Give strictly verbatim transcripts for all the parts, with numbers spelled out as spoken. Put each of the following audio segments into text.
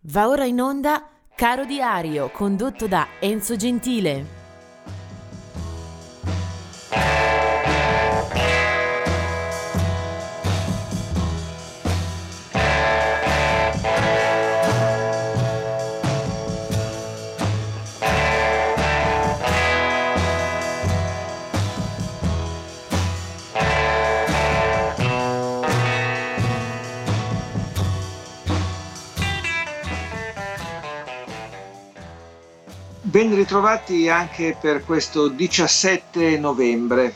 Va ora in onda Caro Diario, condotto da Enzo Gentile. Ben ritrovati anche per questo diciassette novembre.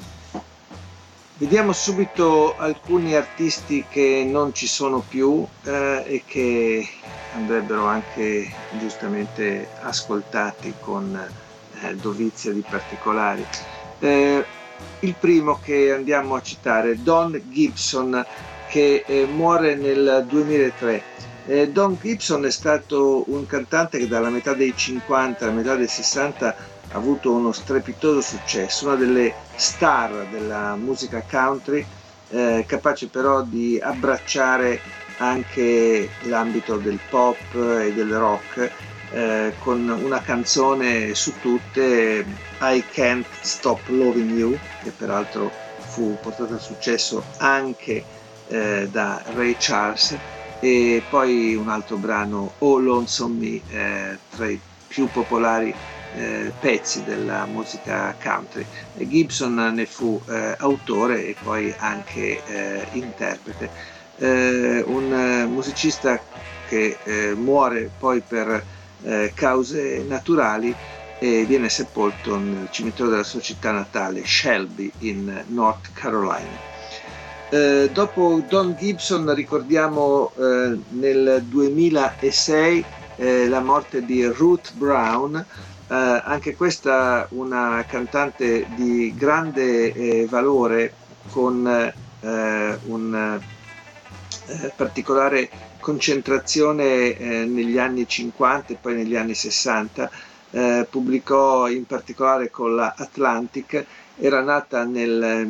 Vediamo subito alcuni artisti che non ci sono più eh, e che andrebbero anche giustamente ascoltati con eh, dovizia di particolari. Eh, il primo che andiamo a citare, Don Gibson, che eh, muore nel duemilatré. Eh, Don Gibson è stato un cantante che dalla metà dei cinquanta alla metà dei sessanta ha avuto uno strepitoso successo, una delle star della musica country, eh, capace però di abbracciare anche l'ambito del pop e del rock, eh, con una canzone su tutte, I Can't Stop Loving You, che peraltro fu portata a successo anche eh, da Ray Charles, e poi un altro brano, Oh Lonesome Me, eh, tra i più popolari eh, pezzi della musica country. E Gibson ne fu eh, autore e poi anche eh, interprete. Eh, un eh, musicista che eh, muore poi per eh, cause naturali e viene sepolto nel cimitero della sua città natale, Shelby, in North Carolina. Eh, dopo Don Gibson ricordiamo eh, nel duemilasei eh, la morte di Ruth Brown, eh, anche questa una cantante di grande eh, valore, con eh, un eh, particolare concentrazione eh, negli anni cinquanta e poi negli anni sessanta. Eh, pubblicò in particolare con la Atlantic. Era nata nel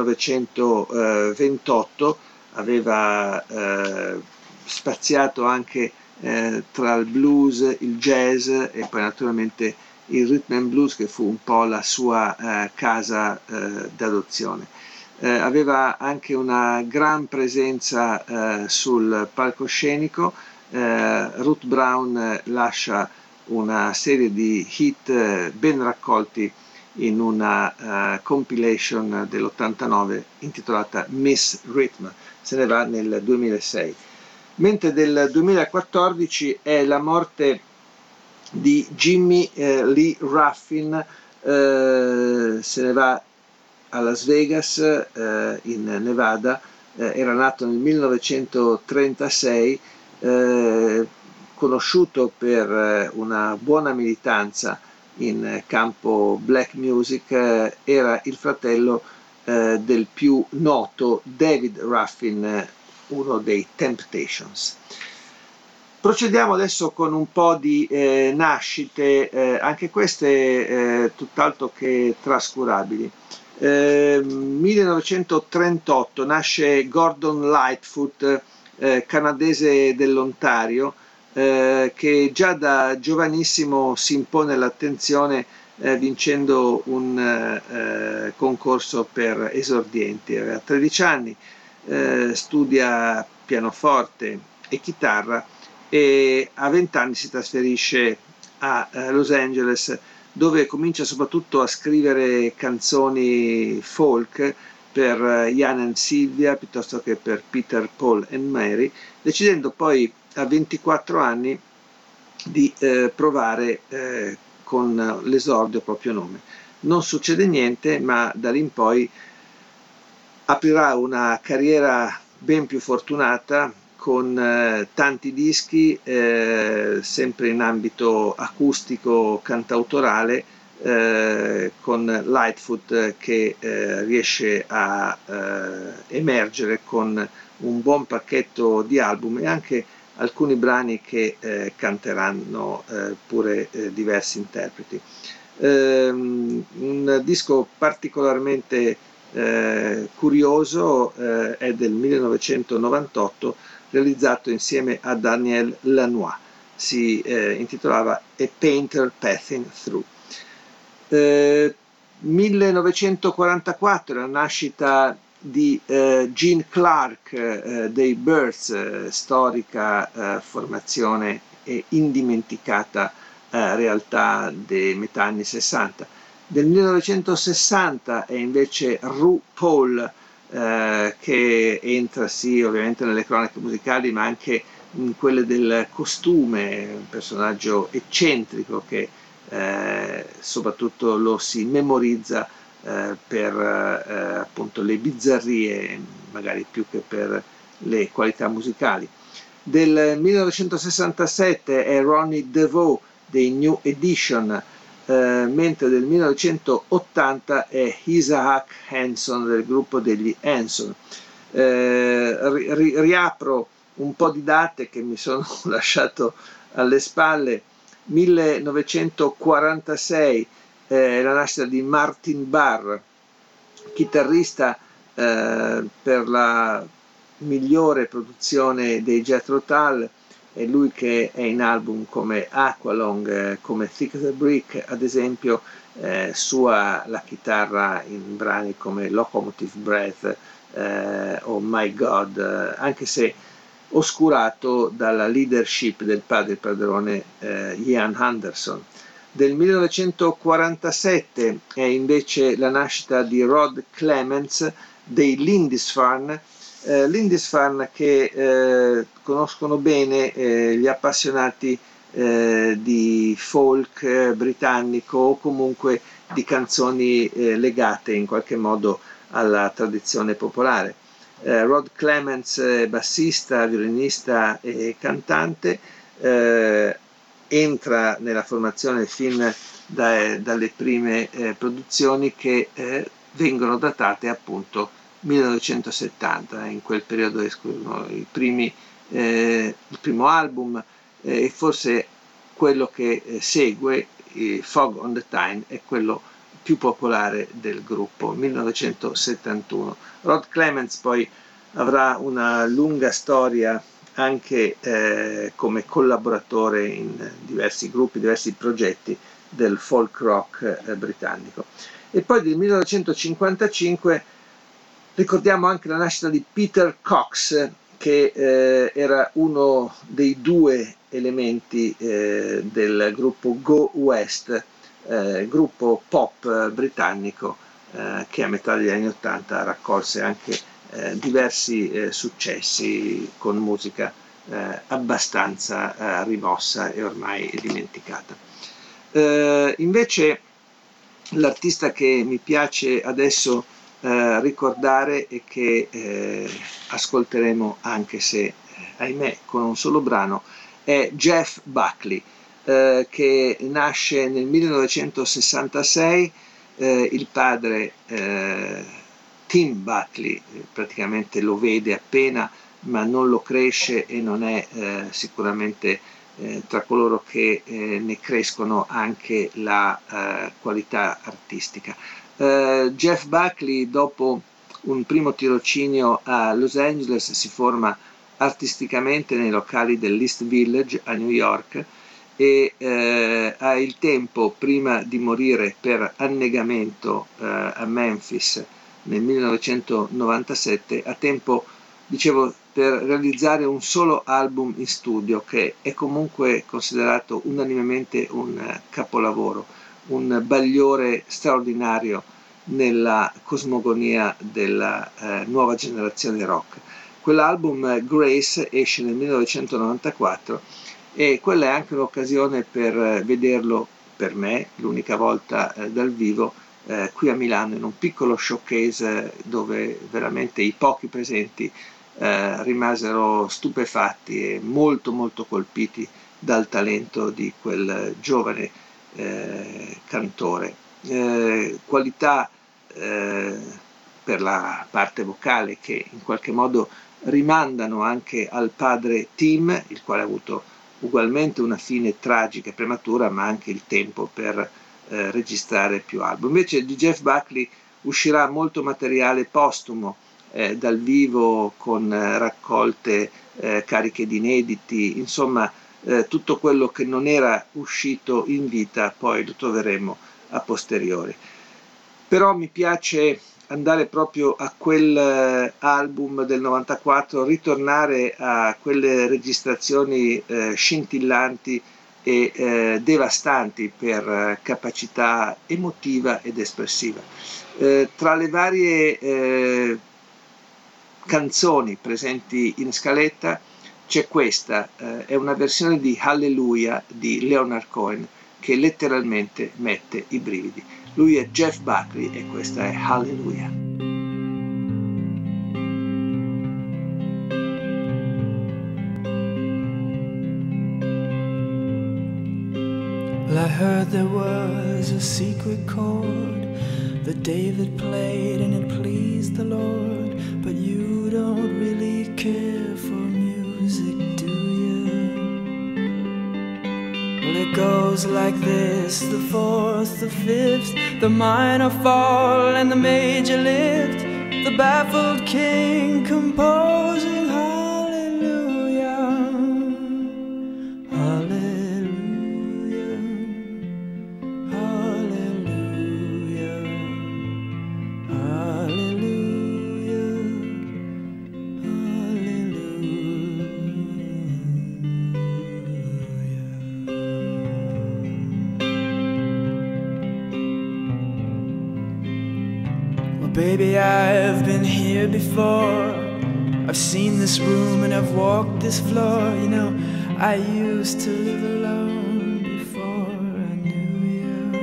millenovecentoventotto, aveva eh, spaziato anche eh, tra il blues, il jazz e poi naturalmente il rhythm and blues, che fu un po' la sua eh, casa eh, d'adozione. Eh, aveva anche una gran presenza eh, sul palcoscenico. Eh, Ruth Brown lascia una serie di hit eh, ben raccolti in una uh, compilation dell'ottantanove intitolata Miss Rhythm, se ne va nel duemilasei. Mentre del duemilaquattordici è la morte di Jimmy eh, Lee Ruffin, eh, se ne va a Las Vegas, eh, in Nevada. Eh, era nato nel millenovecentotrentasei, eh, conosciuto per una buona militanza in campo black music. Eh, era il fratello eh, del più noto David Ruffin, uno dei Temptations. Procediamo adesso con un po' di eh, nascite, eh, anche queste eh, tutt'altro che trascurabili. Eh, millenovecentotrentotto nasce Gordon Lightfoot, eh, canadese dell'Ontario, eh, che già da giovanissimo si impone l'attenzione eh, vincendo un eh, concorso per esordienti. Aveva tredici anni, eh, studia pianoforte e chitarra e a venti anni si trasferisce a eh, Los Angeles, dove comincia soprattutto a scrivere canzoni folk per Ian and Sylvia piuttosto che per Peter, Paul and Mary, decidendo poi a ventiquattro anni di eh, provare eh, con l'esordio a proprio nome. Non succede niente, ma da lì in poi aprirà una carriera ben più fortunata, con eh, tanti dischi, eh, sempre in ambito acustico cantautorale, eh, con Lightfoot che eh, riesce a eh, emergere con un buon pacchetto di album e anche alcuni brani che eh, canteranno eh, pure eh, diversi interpreti. Um, un disco particolarmente eh, curioso eh, è del millenovecentonovantotto, realizzato insieme a Daniel Lanois. Si eh, intitolava A Painter Passing Through. Eh, millenovecentoquarantaquattro, la nascita di eh, Gene Clark eh, dei Byrds, eh, storica eh, formazione e indimenticata eh, realtà dei metà anni sessanta. Del millenovecentosessanta è invece Ru Paul, eh, che entra sì ovviamente nelle cronache musicali, ma anche in quelle del costume, un personaggio eccentrico che eh, soprattutto lo si memorizza eh, per eh, appunto le bizzarrie, magari più che per le qualità musicali. Del millenovecentosessantasette è Ronnie DeVoe dei New Edition, eh, mentre del millenovecentottanta è Isaac Hanson del gruppo degli Hanson. Eh, ri, riapro un po' di date che mi sono lasciato alle spalle. millenovecentoquarantasei eh, la nascita di Martin Barr, chitarrista eh, per la migliore produzione dei Jethro Tull, è lui che è in album come Aqualung, eh, come Thick as a Brick, ad esempio, eh, sua la chitarra in brani come Locomotive Breath eh, o My God, eh, anche se oscurato dalla leadership del padre padrone eh, Ian Anderson. Del millenovecentoquarantasette è invece la nascita di Rod Clements dei Lindisfarne, eh, Lindisfarne che eh, conoscono bene eh, gli appassionati eh, di folk eh, britannico o comunque di canzoni eh, legate in qualche modo alla tradizione popolare. Eh, Rod Clements, eh, bassista, violinista e cantante, eh, entra nella formazione fin da, dalle prime eh, produzioni che eh, vengono datate appunto millenovecentosettanta. In quel periodo escono i primi, eh, il primo album eh, e forse quello che eh, segue, Fog on the Tyne, è quello più popolare del gruppo, millenovecentosettantuno. Rod Clements poi avrà una lunga storia anche eh, come collaboratore in diversi gruppi, diversi progetti del folk rock eh, britannico. E poi del millenovecentocinquantacinque ricordiamo anche la nascita di Peter Cox, che eh, era uno dei due elementi eh, del gruppo Go West, eh, gruppo pop britannico eh, che a metà degli anni ottanta raccolse anche eh, diversi eh, successi con musica eh, abbastanza eh, rimossa e ormai dimenticata. Eh, invece l'artista che mi piace adesso eh, ricordare e che eh, ascolteremo anche se eh, ahimè con un solo brano è Jeff Buckley, eh, che nasce nel millenovecentosessantasei. Eh, il padre eh, Tim Buckley eh, praticamente lo vede appena, ma non lo cresce e non è eh, sicuramente eh, tra coloro che eh, ne crescono anche la eh, qualità artistica. Eh, Jeff Buckley, dopo un primo tirocinio a Los Angeles, si forma artisticamente nei locali dell'East Village a New York e eh, ha il tempo, prima di morire per annegamento eh, a Memphis nel millenovecentonovantasette, ha tempo, dicevo, per realizzare un solo album in studio che è comunque considerato unanimemente un capolavoro, un bagliore straordinario nella cosmogonia della eh, nuova generazione rock. Quell'album Grace esce nel millenovecentonovantaquattro e quella è anche un'occasione per vederlo, per me, l'unica volta eh, dal vivo, eh, qui a Milano, in un piccolo showcase dove veramente i pochi presenti eh, rimasero stupefatti e molto molto colpiti dal talento di quel giovane eh, cantore. Eh, qualità eh, per la parte vocale che in qualche modo rimandano anche al padre Tim, il quale ha avuto ugualmente una fine tragica e prematura, ma anche il tempo per eh, registrare più album. Invece di Jeff Buckley uscirà molto materiale postumo, eh, dal vivo con eh, raccolte eh, cariche di inediti, insomma eh, tutto quello che non era uscito in vita poi lo troveremo a posteriori. Però mi piace andare proprio a quel eh, album del novantaquattro, ritornare a quelle registrazioni eh, scintillanti e eh, devastanti per eh, capacità emotiva ed espressiva. Eh, tra le varie eh, canzoni presenti in scaletta c'è questa, eh, è una versione di Hallelujah di Leonard Cohen che letteralmente mette i brividi. Lui è Jeff Buckley e questa è Hallelujah. Well, I heard there was a secret chord that David played and it pleased the Lord, but you don't really care for music, do you? Well, it goes like this: the fourth, the fifth, the minor fall and the major lift, the baffled king composing hallelujah, hallelujah, hallelujah, hallelujah, hallelujah. Well, baby, I've been here before. I've seen this room and I've walked this floor. You know, I used to live alone before I knew you.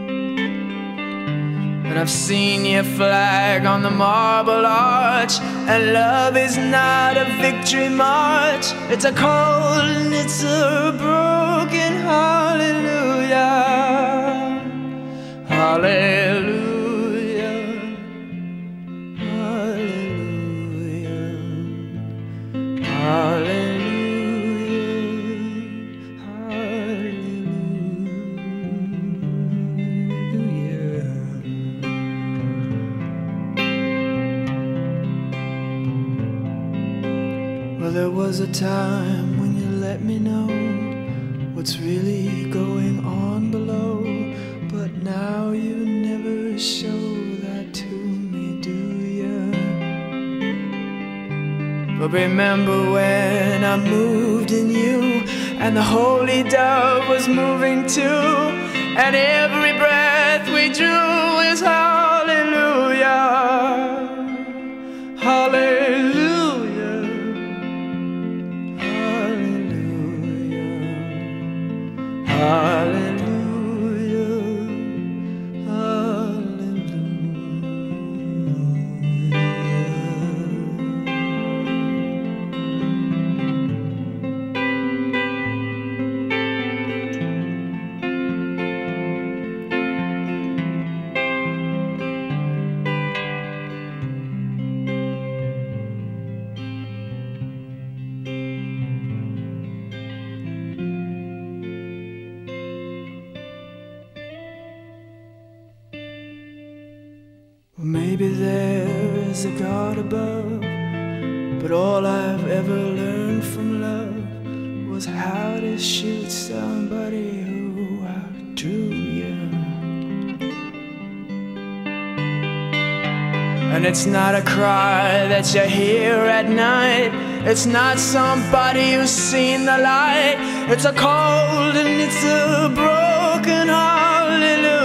And I've seen your flag on the marble arch. And love is not a victory march. It's a cold and it's a broken hallelujah, hallelujah. Well, there was a time when you let me know what's really going on below, but now you never show that to me, do you? But remember when I moved in you, and the holy dove was moving too, and every breath we drew is hallelujah, hallelujah. Hallelujah, maybe there is a God above, but all I've ever learned from love was how to shoot somebody who outdrew you. And it's not a cry that you hear at night, it's not somebody who's seen the light, it's a cold and it's a broken hallelujah.